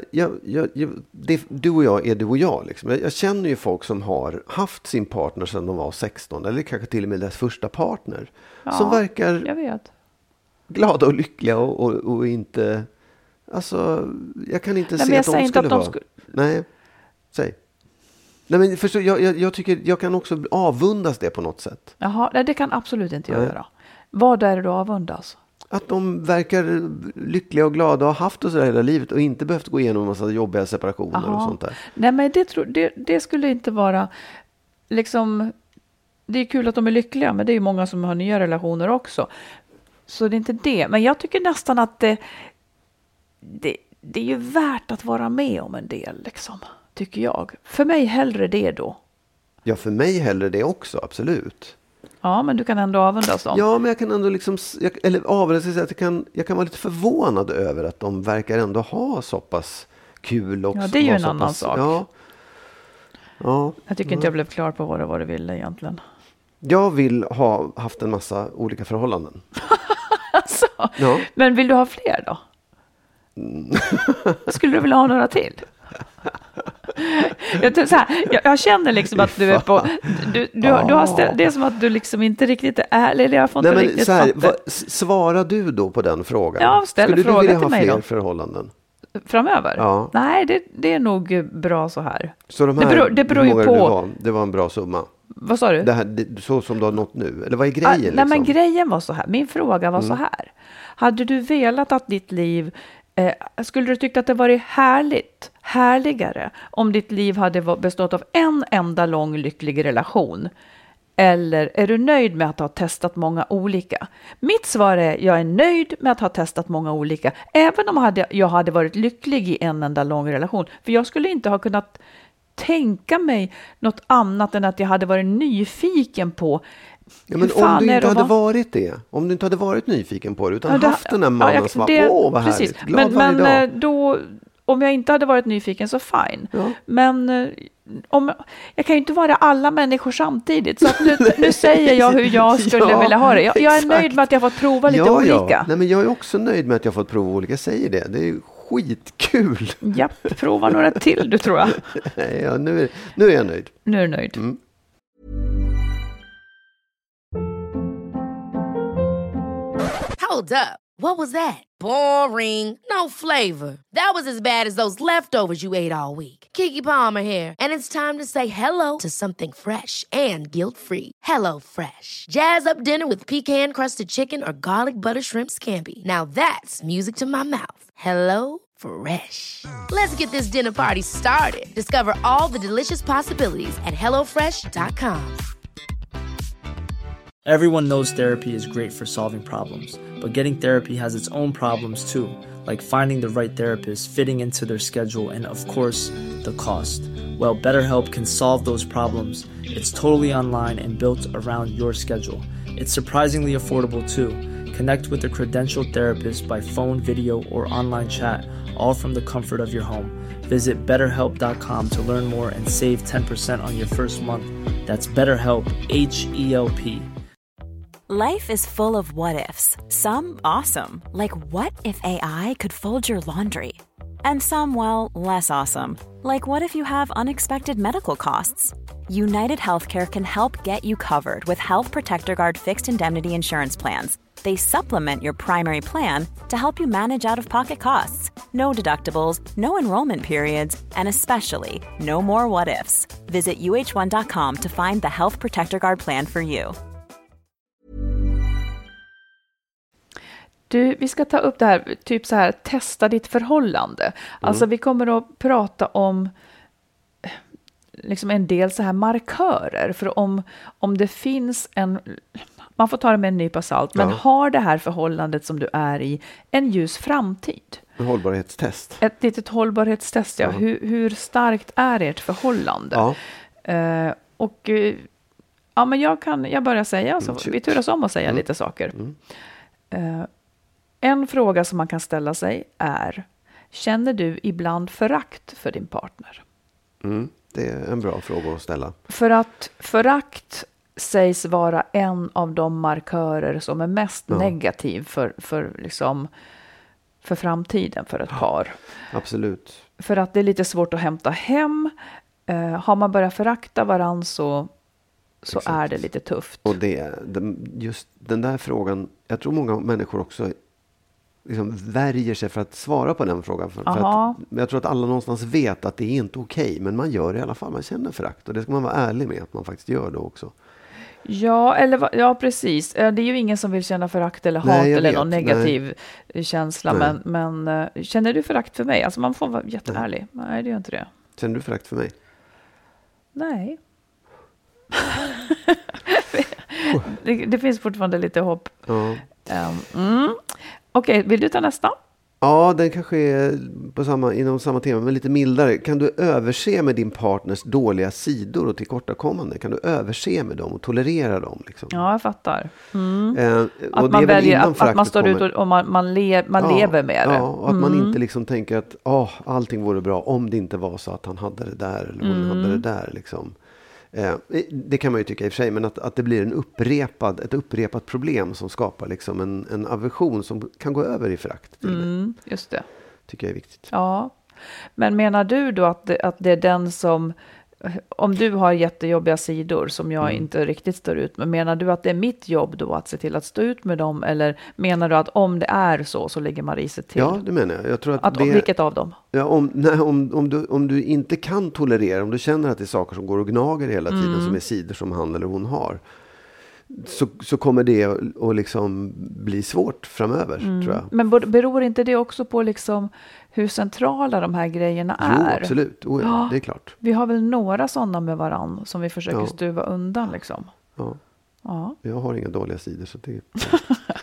Speaker 5: du och jag är du och jag liksom. Jag känner ju folk som har haft sin partner sedan de var 16, eller kanske till och med deras första partner, som verkar glada och lyckliga och inte, alltså jag kan inte se att de skulle vara. Nej, säg. Nej, men förstå, jag tycker jag kan också avundas det på något sätt.
Speaker 4: Jaha, nej, det kan absolut inte jag göra. Vad är det du avundas?
Speaker 5: Att de verkar lyckliga och glada och har haft det så hela livet och inte behövt gå igenom en massa jobbiga separationer och sånt där.
Speaker 4: Nej, men det skulle inte vara liksom, det är kul att de är lyckliga, men det är ju många som har nya relationer också. Så det är inte det. Men jag tycker nästan att det är ju värt att vara med om en del liksom. Tycker jag. För mig hellre det då.
Speaker 5: Ja, för mig hellre det också, absolut.
Speaker 4: Ja, men du kan ändå avundas dem.
Speaker 5: Ja, men jag kan ändå liksom, jag kan vara lite förvånad över att de verkar ändå ha så pass kul också.
Speaker 4: Ja, det är ju en annan sak. Ja. Jag tycker inte jag blev klar på vad du ville egentligen.
Speaker 5: Jag vill ha haft en massa olika förhållanden.
Speaker 4: Alltså, men vill du ha fler då? Skulle du vilja ha några till? Jag känner liksom att du är på du har ställt, det är som att du liksom inte riktigt är ärlig. Jag får inte riktigt så här,
Speaker 5: svarar du då på den frågan?
Speaker 4: Ja,
Speaker 5: skulle
Speaker 4: du vilja
Speaker 5: ha
Speaker 4: fler
Speaker 5: då? Förhållanden
Speaker 4: framöver?
Speaker 5: Ja.
Speaker 4: Nej, det är nog bra så här.
Speaker 5: Så de här,
Speaker 4: det beror ju på.
Speaker 5: Det var en bra summa.
Speaker 4: Vad sa du?
Speaker 5: Så som du har nått nu. Eller vad är grejen? Liksom?
Speaker 4: Nej, men grejen var så här. Min fråga var så här. Hade du velat att ditt liv skulle du tycka att det varit härligare om ditt liv hade bestått av en enda lång lycklig relation? Eller är du nöjd med att ha testat många olika? Mitt svar är, jag är nöjd med att ha testat många olika. Även om jag hade varit lycklig i en enda lång relation. För jag skulle inte ha kunnat tänka mig något annat än att jag hade varit nyfiken på.
Speaker 5: Ja, men om du inte hade varit det, om du inte hade varit nyfiken på det utan haft den här mannen som var, vad
Speaker 4: precis.
Speaker 5: härligt, glad varje dag.
Speaker 4: Men då, om jag inte hade varit nyfiken så fine. Ja. Men jag kan ju inte vara alla människor samtidigt. Så att nu säger jag hur jag skulle vilja ha det. Jag är nöjd med att jag fått prova lite olika.
Speaker 5: Ja. Nej, men jag är också nöjd med att jag fått prova olika. Jag säger det. Det är skitkul.
Speaker 4: Japp, prova några till du tror jag.
Speaker 5: Ja, nu är jag nöjd.
Speaker 4: Nu är du nöjd. Mm.
Speaker 1: Hold up. What was that? Boring. No flavor. That was as bad as those leftovers you ate all week. Keke Palmer here, and it's time to say hello to something fresh and guilt-free. Hello Fresh. Jazz up dinner with pecan-crusted chicken or garlic butter shrimp scampi. Now that's music to my mouth. Hello Fresh. Let's get this dinner party started. Discover all the delicious possibilities at hellofresh.com.
Speaker 3: Everyone knows therapy is great for solving problems, but getting therapy has its own problems too, like finding the right therapist, fitting into their schedule, and of course, the cost. Well, BetterHelp can solve those problems. It's totally online and built around your schedule. It's surprisingly affordable too. Connect with a credentialed therapist by phone, video, or online chat, all from the comfort of your home. Visit BetterHelp.com to learn more and save 10% on your first month. That's BetterHelp, H-E-L-P.
Speaker 6: Life is full of what-ifs. Some awesome, like what if AI could fold your laundry? And some, well, less awesome, like what if you have unexpected medical costs? United Healthcare can help get you covered with Health Protector Guard fixed indemnity insurance plans. They supplement your primary plan to help you manage out-of-pocket costs. No deductibles, no enrollment periods, and especially no more what-ifs. Visit uh1.com to find the Health Protector Guard plan for you.
Speaker 4: Du, vi ska ta upp det här, typ så här, testa ditt förhållande. Alltså vi kommer att prata om liksom en del så här markörer. För om det finns man får ta det med en nypa salt, men har det här förhållandet som du är i en ljus framtid?
Speaker 5: En hållbarhetstest.
Speaker 4: Ett litet hållbarhetstest, ja. Hur starkt är ert förhållande? Ja. Men jag börjar säga, så vi turas om att säga lite saker. En fråga som man kan ställa sig är: känner du ibland förakt för din partner?
Speaker 5: Det är en bra fråga att ställa.
Speaker 4: För att förakt sägs vara en av de markörer som är mest negativ för framtiden för ett par.
Speaker 5: Absolut.
Speaker 4: För att det är lite svårt att hämta hem. Har man börjat förakta varann så är det lite tufft.
Speaker 5: Och just den där frågan, jag tror många människor också liksom värjer sig för att svara på den frågan. För att jag tror att alla någonstans vet att det är inte okej, men man gör det i alla fall. Man känner förakt, och det ska man vara ärlig med att man faktiskt gör det också.
Speaker 4: Ja, precis. Det är ju ingen som vill känna förakt eller hat eller någon negativ känsla. Men känner du förakt för mig? Alltså man får vara jätteärlig. Nej, det gör inte det.
Speaker 5: Känner du förakt för mig?
Speaker 4: Nej. Det finns fortfarande lite hopp.
Speaker 5: Ja.
Speaker 4: Okej, vill du ta nästa?
Speaker 5: Ja, den kanske är inom samma tema, men lite mildare. Kan du överse med din partners dåliga sidor och tillkortakommande? Kan du överse med dem och tolerera dem? Liksom?
Speaker 4: Ja, jag fattar.
Speaker 5: Att
Speaker 4: man väljer att man står ut och man lever med det.
Speaker 5: Ja, och att man inte liksom tänker att allting vore bra om det inte var så att han hade det där eller hon hade det där. Liksom. Det kan man ju tycka i och för sig, men att det blir ett upprepat problem som skapar liksom en aversion som kan gå över i förakt.
Speaker 4: Just det.
Speaker 5: Tycker jag är viktigt.
Speaker 4: Ja, men menar du då att det är den som, om du har jättejobbiga sidor som jag inte riktigt står ut med, menar du att det är mitt jobb då att se till att stå ut med dem, eller menar du att om det är så lägger man riset till?
Speaker 5: Ja, det menar jag. Jag tror att
Speaker 4: vilket av dem?
Speaker 5: Ja, om du inte kan tolerera, om du känner att det är saker som går och gnager hela tiden som är sidor som han eller hon har, så kommer det att liksom bli svårt framöver, tror jag. Men
Speaker 4: beror inte det också på liksom hur centrala de här grejerna är?
Speaker 5: Jo, absolut. Ja, det är klart.
Speaker 4: Vi har väl några sådana med varann som vi försöker stuva undan liksom.
Speaker 5: Ja. Jag har inga dåliga sidor, så det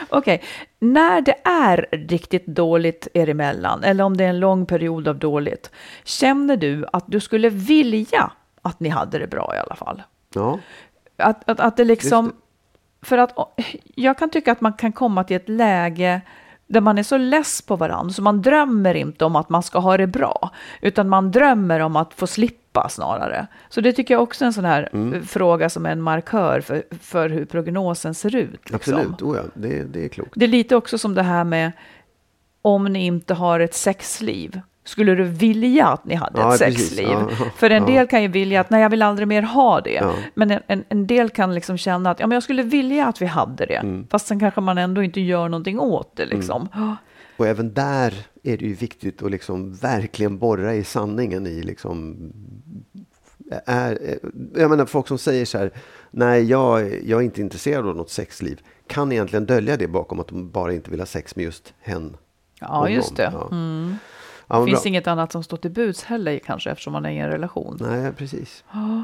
Speaker 4: Okej. När det är riktigt dåligt er emellan, eller om det är en lång period av dåligt, känner du att du skulle vilja att ni hade det bra i alla fall?
Speaker 5: Ja.
Speaker 4: Att det liksom... För att jag kan tycka att man kan komma till ett läge där man är så less på varandra så man drömmer inte om att man ska ha det bra, utan man drömmer om att få slippa snarare. Så det tycker jag också är en sån här fråga som är en markör för hur prognosen ser ut. Liksom.
Speaker 5: Absolut, ja, det är klokt.
Speaker 4: Det är lite också som det här med om ni inte har ett sexliv. Skulle du vilja att ni hade ett sexliv? Ja, för en del kan ju vilja att nej, jag vill aldrig mer ha det. Ja. Men en del kan liksom känna att ja, men jag skulle vilja att vi hade det. Fast sen kanske man ändå inte gör någonting åt det. Liksom.
Speaker 5: Och även där är det ju viktigt att liksom verkligen borra i sanningen i liksom... jag menar folk som säger så här, nej jag är inte intresserad av något sexliv. Kan egentligen dölja det bakom att de bara inte vill ha sex med just hen.
Speaker 4: Ja, just det.
Speaker 5: Ja.
Speaker 4: Ja, det finns inget annat som står till buds heller kanske eftersom man är i en relation.
Speaker 5: Nej, precis.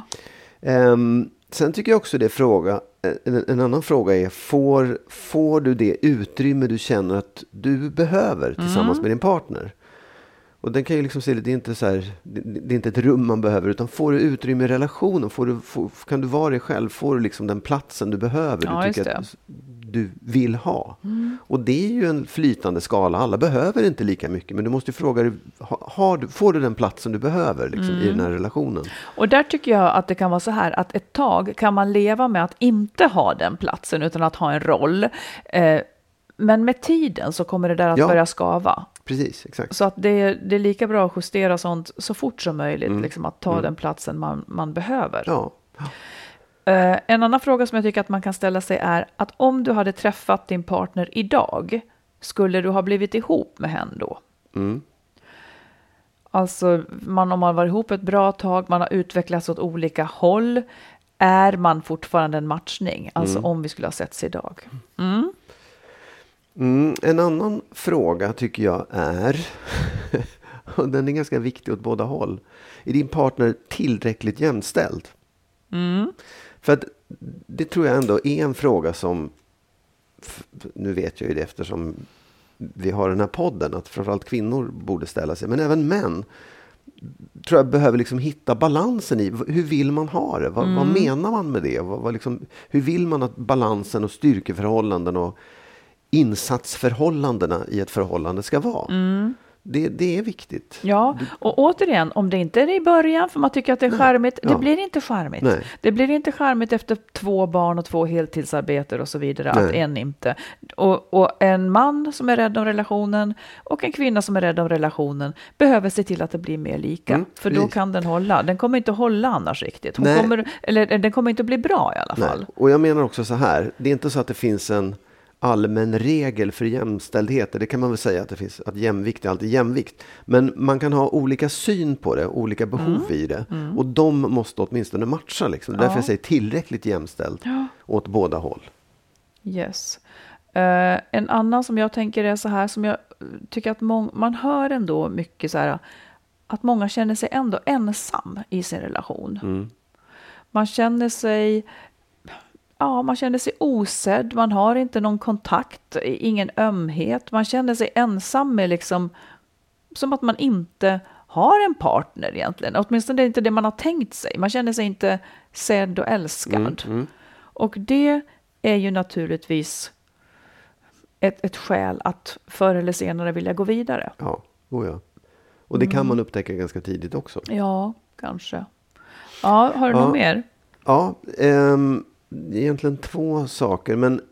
Speaker 5: Sen tycker jag också det fråga. En annan fråga är, får du det utrymme du känner att du behöver tillsammans med din partner? Och den kan ju liksom se det är inte så här, det är inte ett rum man behöver, utan får du utrymme i relationen, kan du vara dig själv, får du liksom den platsen du behöver, du tycker att du vill ha. Och det är ju en flytande skala, alla behöver inte lika mycket, men du måste fråga dig, får du den platsen du behöver liksom, i den här relationen? Och
Speaker 4: där tycker jag att det kan vara så här, att ett tag kan man leva med att inte ha den platsen utan att ha en roll, men med tiden så kommer det där att börja skava.
Speaker 5: Precis, exakt.
Speaker 4: Så att det är lika bra att justera sånt så fort som möjligt, liksom att ta den platsen man behöver.
Speaker 5: Ja.
Speaker 4: En annan fråga som jag tycker att man kan ställa sig är att om du hade träffat din partner idag, skulle du ha blivit ihop med henne då? Alltså om man var ihop ett bra tag, man har utvecklats åt olika håll, är man fortfarande en matchning? Alltså om vi skulle ha setts idag.
Speaker 5: En annan fråga tycker jag är, och den är ganska viktig åt båda håll, är din partner tillräckligt jämställd? För att det tror jag ändå är en fråga som, nu vet jag ju det eftersom vi har den här podden, att framförallt kvinnor borde ställa sig, men även män tror jag behöver liksom hitta balansen i, hur vill man ha det? Vad menar man med det? Hur vill man att balansen och styrkeförhållanden och insatsförhållandena i ett förhållande ska vara? Det är viktigt.
Speaker 4: Ja, och återigen, om det inte är i början för man tycker att det är charmigt, det blir inte charmigt.
Speaker 5: Nej.
Speaker 4: Det blir inte charmigt efter 2 barn och 2 heltidsarbeten och så vidare, att en inte. Och en man som är rädd om relationen och en kvinna som är rädd om relationen behöver se till att det blir mer lika. För då kan den hålla. Den kommer inte hålla annars riktigt. Den kommer inte bli bra i alla fall.
Speaker 5: Nej. Och jag menar också så här, det är inte så att det finns en allmän regel för jämställdhet. Det kan man väl säga att det finns, att jämvikt är alltid jämvikt. Men man kan ha olika syn på det, olika behov i det. Och de måste åtminstone matcha. Liksom. Därför jag säger tillräckligt jämställd åt båda håll.
Speaker 4: Yes. En annan som jag tänker är så här, som jag tycker att man hör ändå mycket så här, att många känner sig ändå ensam i sin relation. Man känner sig osedd, man har inte någon kontakt, ingen ömhet, man känner sig ensam med liksom, som att man inte har en partner egentligen, åtminstone det är inte det man har tänkt sig, man känner sig inte sedd och älskad. Och det är ju naturligtvis ett skäl att förr eller senare vilja gå vidare.
Speaker 5: Ja. Och det kan man upptäcka ganska tidigt också.
Speaker 4: Ja, kanske. Ja, har du något mer?
Speaker 5: Ja, egentligen 2 saker, men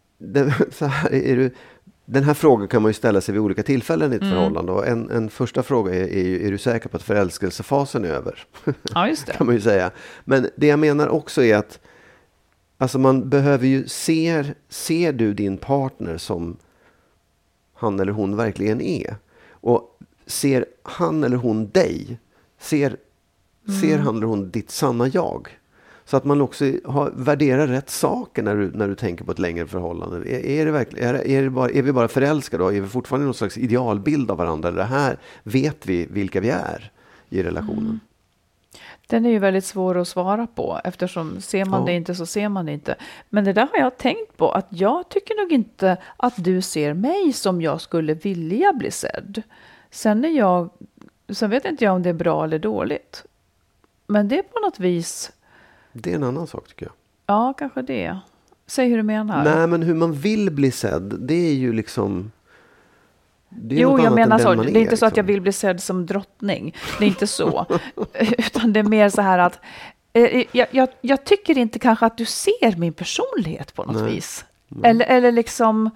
Speaker 5: den här frågan kan man ju ställa sig vid olika tillfällen i ett förhållande. Och en första fråga är du säker på att förälskelsefasen är över?
Speaker 4: Ja, just det.
Speaker 5: Kan man ju säga. Men det jag menar också är att alltså man behöver ju ser du din partner som han eller hon verkligen är? Och ser han eller hon dig? Ser han eller hon ditt sanna jag? Så att man också värderar rätt saker när du tänker på ett längre förhållande. Är vi bara förälskade då? Är vi fortfarande någon slags idealbild av varandra? Det här vet vi vilka vi är i relationen.
Speaker 4: Den är ju väldigt svår att svara på, eftersom ser man det inte så ser man det inte. Men det där har jag tänkt på, att jag tycker nog inte att du ser mig som jag skulle vilja bli sedd. Sen vet inte jag om det är bra eller dåligt. Men det är på något vis...
Speaker 5: Det är en annan sak tycker jag.
Speaker 4: Ja, kanske det. Säg hur du menar.
Speaker 5: Nej, men hur man vill bli sedd, det är ju liksom...
Speaker 4: Jo, jag menar så. Det är inte så att jag vill bli sedd som drottning. Det är inte så. Utan det är mer så här att jag tycker inte kanske att du ser min personlighet på något vis. Eller liksom...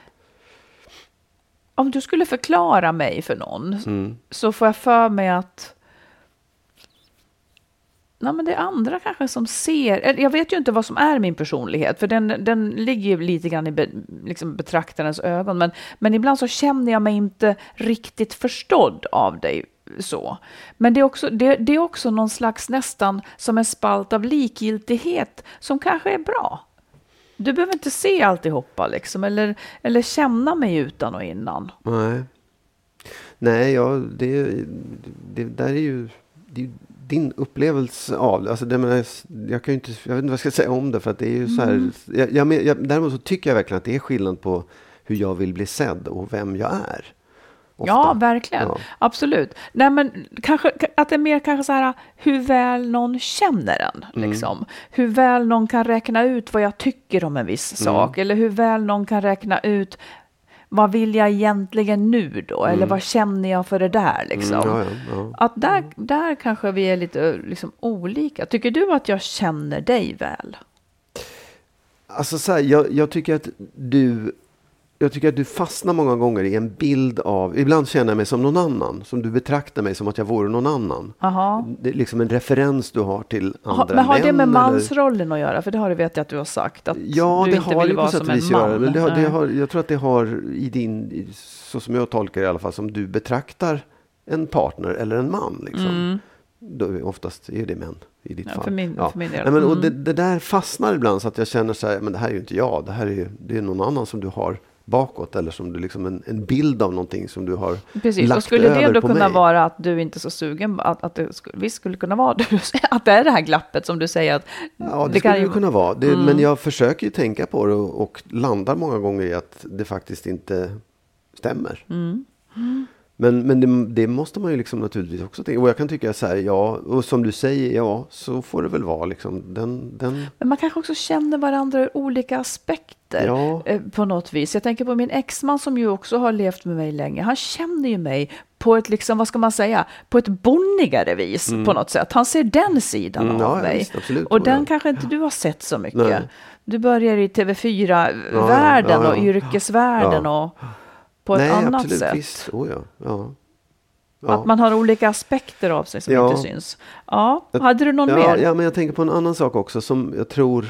Speaker 4: Om du skulle förklara mig för någon så får jag för mig att men det är andra kanske som ser. Jag vet ju inte vad som är min personlighet, för den ligger ju lite grann i liksom betraktarens ögon. Men ibland så känner jag mig inte riktigt förstådd av dig så. Men det är också någon slags nästan som en spalt av likgiltighet som kanske är bra. Du behöver inte se alltihopa liksom, eller känna mig utan och innan.
Speaker 5: Nej, det där är ju din upplevelse av, alltså det menar, jag vet inte vad jag ska säga om det, för att det är ju så här, däremot så tycker jag verkligen att det är skillnad på hur jag vill bli sedd och vem jag är. Ofta.
Speaker 4: Ja, verkligen. Ja. Absolut. Nej, men kanske att det är mer kanske så här hur väl någon känner en. Liksom. Hur väl någon kan räkna ut vad jag tycker om en viss sak. Eller hur väl någon kan räkna ut vad vill jag egentligen nu då? Eller vad känner jag för det där? Liksom. Att där kanske vi är lite liksom, olika. Tycker du att jag känner dig väl?
Speaker 5: Alltså så här, jag tycker att du fastnar många gånger i en bild av, ibland känner jag mig som någon annan, som du betraktar mig som att jag vore någon annan. Aha. Det är liksom en referens du har till andra män.
Speaker 4: Men har det med mansrollen att göra? För det har du vet jag att du har sagt, att
Speaker 5: ja,
Speaker 4: du inte vill vara som en man.
Speaker 5: Men jag tror att det har så som jag tolkar det i alla fall, som du betraktar en partner eller en man liksom. Då oftast är det män i ditt fall.
Speaker 4: För min del.
Speaker 5: Nej, men, och det där fastnar ibland så att jag känner så här, men det här är ju inte jag, det är någon annan som du har bakåt, eller som du liksom en bild av någonting som du har
Speaker 4: precis.
Speaker 5: lagt
Speaker 4: och skulle
Speaker 5: över
Speaker 4: det då
Speaker 5: på
Speaker 4: kunna
Speaker 5: mig.
Speaker 4: vara att du inte är så sugen, att det visst skulle kunna vara att det är det här glappet som du säger att
Speaker 5: ja, det skulle ju kunna vara men jag försöker ju tänka på det och landar många gånger i att det faktiskt inte stämmer. Men det måste man ju liksom naturligtvis också tänka. Och jag kan tycka så här, ja, och som du säger, ja, så får det väl vara liksom den.
Speaker 4: Men man kanske också känner varandra ur olika aspekter på något vis. Jag tänker på min exman som ju också har levt med mig länge. Han känner ju mig på ett liksom, vad ska man säga, på ett bonnigare vis på något sätt. Han ser den sidan av mig.
Speaker 5: Visst, absolut,
Speaker 4: och den kanske inte du har sett så mycket. Nej. Du börjar i TV4-världen och yrkesvärlden och på ett annat
Speaker 5: absolut,
Speaker 4: sätt.
Speaker 5: Visst. Ja.
Speaker 4: Att man har olika aspekter av sig som inte syns. Ja, hade du någon mer?
Speaker 5: Ja, men jag tänker på en annan sak också som jag tror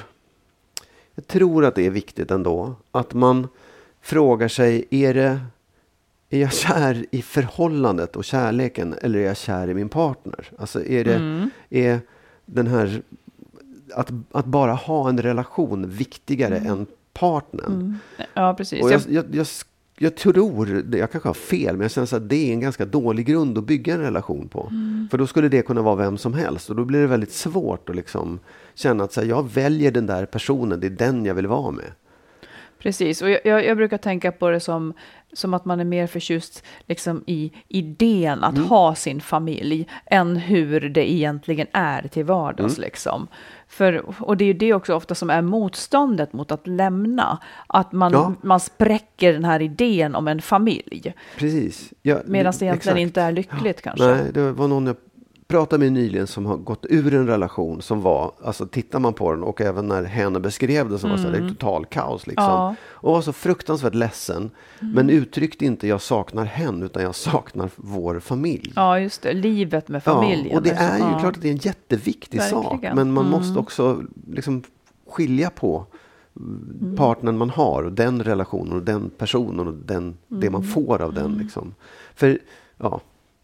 Speaker 5: att det är viktigt ändå. Att man frågar sig, är jag kär i förhållandet och kärleken, eller är jag kär i min partner? Alltså är den här att bara ha en relation viktigare än partnern?
Speaker 4: Ja, precis.
Speaker 5: Och jag tror, jag kanske har fel, men jag känner att det är en ganska dålig grund att bygga en relation på. För då skulle det kunna vara vem som helst. Och då blir det väldigt svårt att liksom känna att så här, jag väljer den där personen, det är den jag vill vara med.
Speaker 4: Precis, och jag brukar tänka på det som att man är mer förtjust liksom i idén att ha sin familj än hur det egentligen är till vardags. Liksom. Och det är ju det också ofta som är motståndet mot att lämna. Att man spräcker den här idén om en familj.
Speaker 5: Precis.
Speaker 4: Medan det egentligen inte är lyckligt kanske.
Speaker 5: Nej, det var någon jag pratade med nyligen som har gått ur en relation som var, alltså tittar man på den och även när henne beskrev det som var så här, det är total kaos liksom. Ja. Och var så fruktansvärt ledsen, men uttryckte inte jag saknar henne, utan jag saknar vår familj.
Speaker 4: Ja, just det. Livet med familjen.
Speaker 5: Ja, och det är ju klart att det är en jätteviktig sak, men man måste också liksom skilja på partnern man har och den relationen och den personen och det man får av den liksom. För, ja.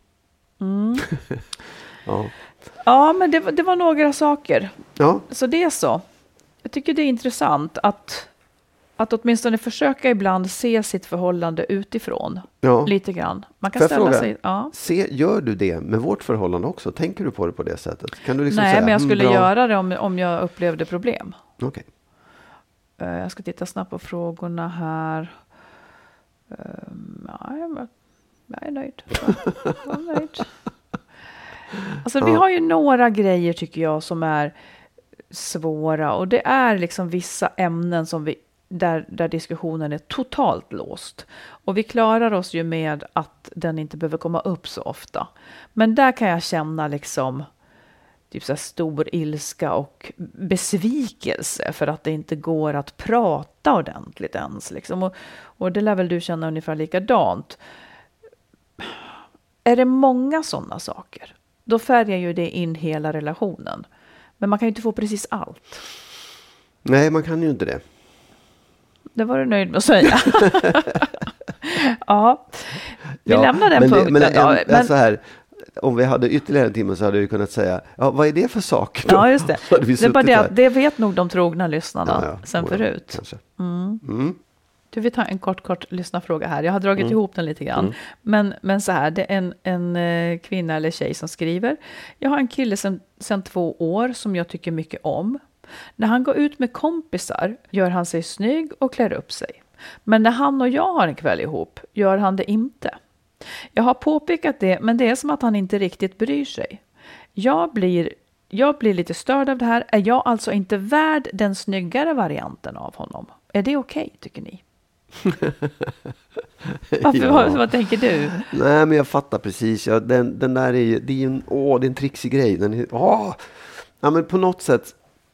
Speaker 4: Ja, men det var några saker.
Speaker 5: Ja.
Speaker 4: Så det är så. Jag tycker det är intressant att åtminstone försöka ibland se sitt förhållande utifrån.
Speaker 5: Ja.
Speaker 4: Lite grann. Man kan ställa sig... Ja.
Speaker 5: Gör du det med vårt förhållande också? Tänker du på det på det sättet? Kan du liksom
Speaker 4: Nej,
Speaker 5: säga,
Speaker 4: men jag skulle göra det om jag upplevde problem.
Speaker 5: Okej.
Speaker 4: Jag ska titta snabbt på frågorna här. Jag är nöjd. Jag är nöjd. Alltså vi har ju några grejer tycker jag som är svåra. Och det är liksom vissa ämnen som där diskussionen är totalt låst. Och vi klarar oss ju med att den inte behöver komma upp så ofta. Men där kan jag känna liksom typ så här stor ilska och besvikelse för att det inte går att prata ordentligt ens. Liksom. Och det lär väl du känna ungefär likadant. Är det många sådana saker, då färgar ju det in hela relationen. Men man kan ju inte få precis allt.
Speaker 5: Nej, man kan ju inte det.
Speaker 4: Det var du nöjd med att säga. Ja, vi lämnar den punkten.
Speaker 5: Men så här, om vi hade ytterligare en timme så hade vi kunnat säga, vad är det för sak? Då?
Speaker 4: Ja, just det. Det är bara det vet nog de trogna lyssnarna sen förut.
Speaker 5: Kanske.
Speaker 4: Du vill ta en kort lyssnarfråga här. Jag har dragit ihop den lite grann. Men så här, det är en kvinna eller tjej som skriver. Jag har en kille sedan 2 år som jag tycker mycket om. När han går ut med kompisar gör han sig snygg och klär upp sig. Men när han och jag har en kväll ihop gör han det inte. Jag har påpekat det, men det är som att han inte riktigt bryr sig. Jag blir lite störd av det här. Är jag alltså inte värd den snyggare varianten av honom? Är det okej, tycker ni? Vad tänker du?
Speaker 5: Nej, men jag fattar precis. Den där det är en trixig grej. Ja, men på något sätt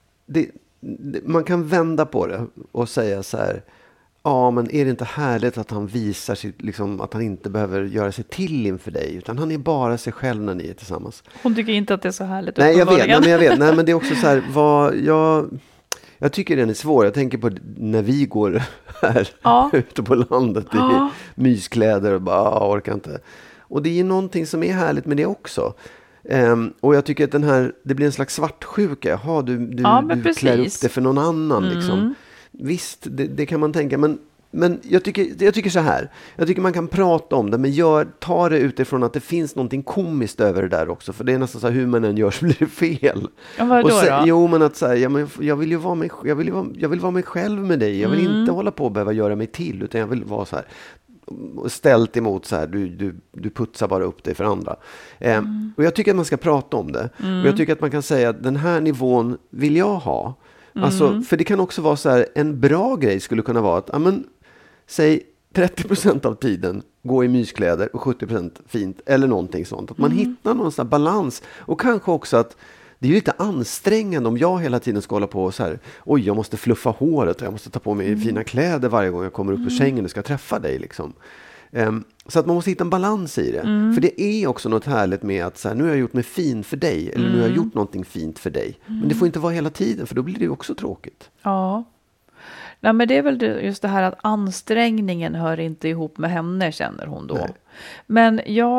Speaker 5: man kan vända på det och säga så här: ja, men är det inte härligt att han visar sig, liksom, att han inte behöver göra sig till inför dig, utan han är bara sig själv när ni är tillsammans.
Speaker 4: Hon tycker inte att det är så härligt.
Speaker 5: Nej, jag vet. Nej, men det är också så här, jag tycker den är svår. Jag tänker på när vi går här ute på landet i myskläder och bara orkar inte. Och det är ju någonting som är härligt med det också. Och jag tycker att det blir en slags svartsjuka. Jaha, du klär upp det för någon annan. Liksom. Visst, det kan man tänka. Men jag tycker så här. Jag tycker man kan prata om det, men ta det utifrån att det finns någonting komiskt över det där också. För det är nästan så här, hur man än gör så blir det fel.
Speaker 4: Ja, vad då?
Speaker 5: Jo, men att säga, jag vill ju vara mig, jag vill vara mig själv med dig. Jag vill inte hålla på och behöva göra mig till, utan jag vill vara så här ställt emot så här, du putsar bara upp dig för andra. Och jag tycker att man ska prata om det. Och jag tycker att man kan säga att den här nivån vill jag ha. Alltså, för det kan också vara så här, en bra grej skulle kunna vara att säg 30% av tiden gå i myskläder och 70% fint eller någonting sånt. Att man hittar någon sån här balans. Och kanske också att det är ju lite ansträngande om jag hela tiden ska hålla på så här, oj, jag måste fluffa håret och jag måste ta på mig fina kläder varje gång jag kommer upp ur sängen och ska träffa dig liksom. Så att man måste hitta en balans i det. För det är också något härligt med att så här, nu har jag gjort mig fin för dig, eller nu har jag gjort någonting fint för dig. Men det får inte vara hela tiden, för då blir det också tråkigt.
Speaker 4: Ja. Nej, men det är väl just det här att ansträngningen hör inte ihop med henne, känner hon då. Nej. Men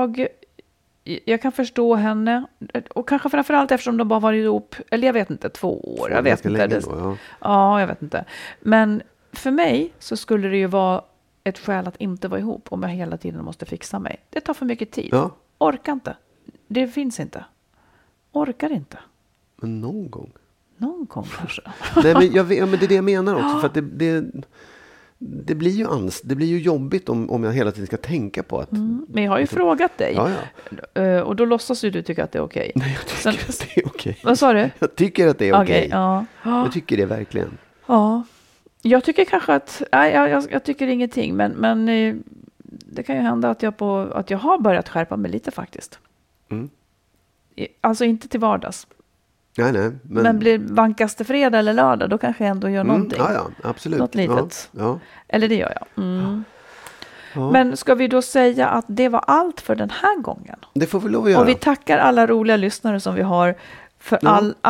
Speaker 4: jag kan förstå henne, och kanske framförallt eftersom de bara varit ihop, eller jag vet inte, 2 år. Jag vet inte.
Speaker 5: Då,
Speaker 4: ja, jag vet inte. Men för mig så skulle det ju vara ett skäl att inte vara ihop om jag hela tiden måste fixa mig. Det tar för mycket tid. Ja. Orkar inte. Det finns inte. Orkar inte.
Speaker 5: Men någon gång.
Speaker 4: Någon gång kanske.
Speaker 5: Nej, men men det är det jag menar också. För att det blir ju jobbigt om jag hela tiden ska tänka på att...
Speaker 4: Men jag har ju frågat dig. Ja. Och då låtsas du tycka att det är okej.
Speaker 5: Nej, jag tycker att det är okej.
Speaker 4: Vad sa du?
Speaker 5: Jag tycker att det är okej.
Speaker 4: Ja.
Speaker 5: Jag tycker det verkligen.
Speaker 4: Ja. Jag tycker kanske att... jag tycker ingenting. Men det kan ju hända att jag har börjat skärpa mig lite faktiskt. Alltså inte till vardags.
Speaker 5: Nej.
Speaker 4: Men vankas det fredag eller lördag, då kanske jag ändå gör någonting.
Speaker 5: Ja, absolut.
Speaker 4: Något litet.
Speaker 5: Ja.
Speaker 4: Eller det gör jag. Ja. Men ska vi då säga att det var allt för den här gången?
Speaker 5: Det får vi lov att göra.
Speaker 4: Och vi tackar alla roliga lyssnare som vi har för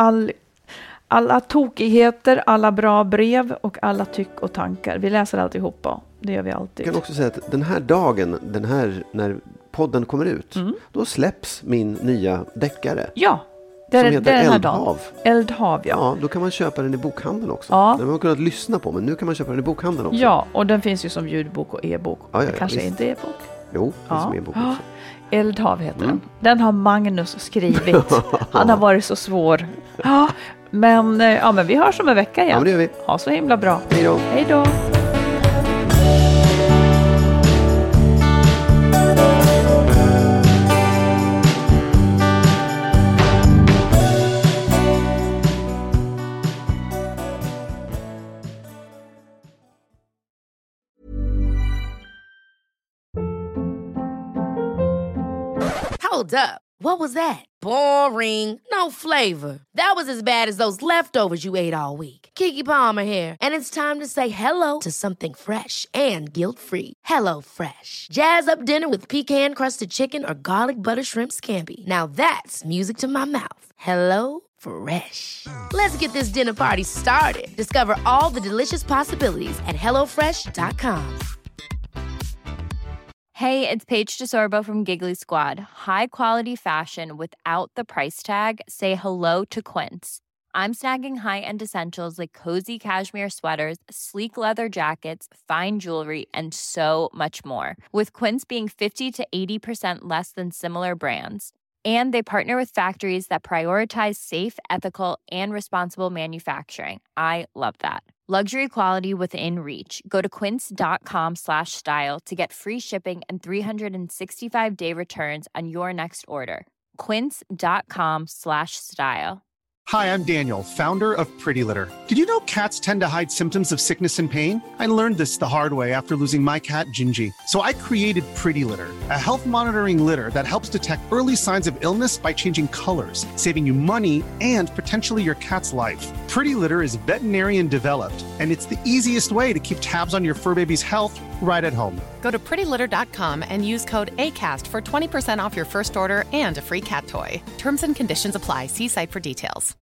Speaker 4: alla tokigheter, alla bra brev och alla tyck och tankar. Vi läser alltihopa. Det gör vi alltid.
Speaker 5: Jag kan också säga att den här dagen, när podden kommer ut, då släpps min nya deckare.
Speaker 4: Ja.
Speaker 5: som heter Eldhav.
Speaker 4: Eldhav, ja.
Speaker 5: Ja, då kan man köpa den i bokhandeln också.
Speaker 4: Ja.
Speaker 5: Den har man kunnat lyssna på, men nu kan man köpa den i bokhandeln också.
Speaker 4: Ja, och den finns ju som ljudbok och e-bok.
Speaker 5: Ja,
Speaker 4: kanske
Speaker 5: visst.
Speaker 4: inte e-bok.
Speaker 5: Jo, det finns som e-bok också.
Speaker 4: Eldhav heter den. Den har Magnus skrivit. Han har varit så svår. Ja, men vi hörs om en vecka igen.
Speaker 5: Ja, men det gör vi.
Speaker 4: Ha så himla bra.
Speaker 5: Hej då.
Speaker 4: Hej då.
Speaker 1: Hold up. What was that? Boring. No flavor. That was as bad as those leftovers you ate all week. Keke Palmer here, and it's time to say hello to something fresh and guilt-free. Hello Fresh. Jazz up dinner with pecan-crusted chicken or garlic butter shrimp scampi. Now that's music to my mouth. Hello Fresh. Let's get this dinner party started. Discover all the delicious possibilities at hellofresh.com.
Speaker 7: Hey, it's Paige DeSorbo from Giggly Squad. High quality fashion without the price tag. Say hello to Quince. I'm snagging high-end essentials like cozy cashmere sweaters, sleek leather jackets, fine jewelry, and so much more. With Quince being 50 to 80% less than similar brands. And they partner with factories that prioritize safe, ethical, and responsible manufacturing. I love that. Luxury quality within reach. Go to quince.com/style to get free shipping and 365-day returns on your next order. Quince.com/style.
Speaker 8: Hi, I'm Daniel, founder of Pretty Litter. Did you know cats tend to hide symptoms of sickness and pain? I learned this the hard way after losing my cat, Gingy. So I created Pretty Litter, a health monitoring litter that helps detect early signs of illness by changing colors, saving you money and potentially your cat's life. Pretty Litter is veterinarian developed, and it's the easiest way to keep tabs on your fur baby's health right at home.
Speaker 9: Go to prettylitter.com and use code ACAST for 20% off your first order and a free cat toy. Terms and conditions apply. See site for details.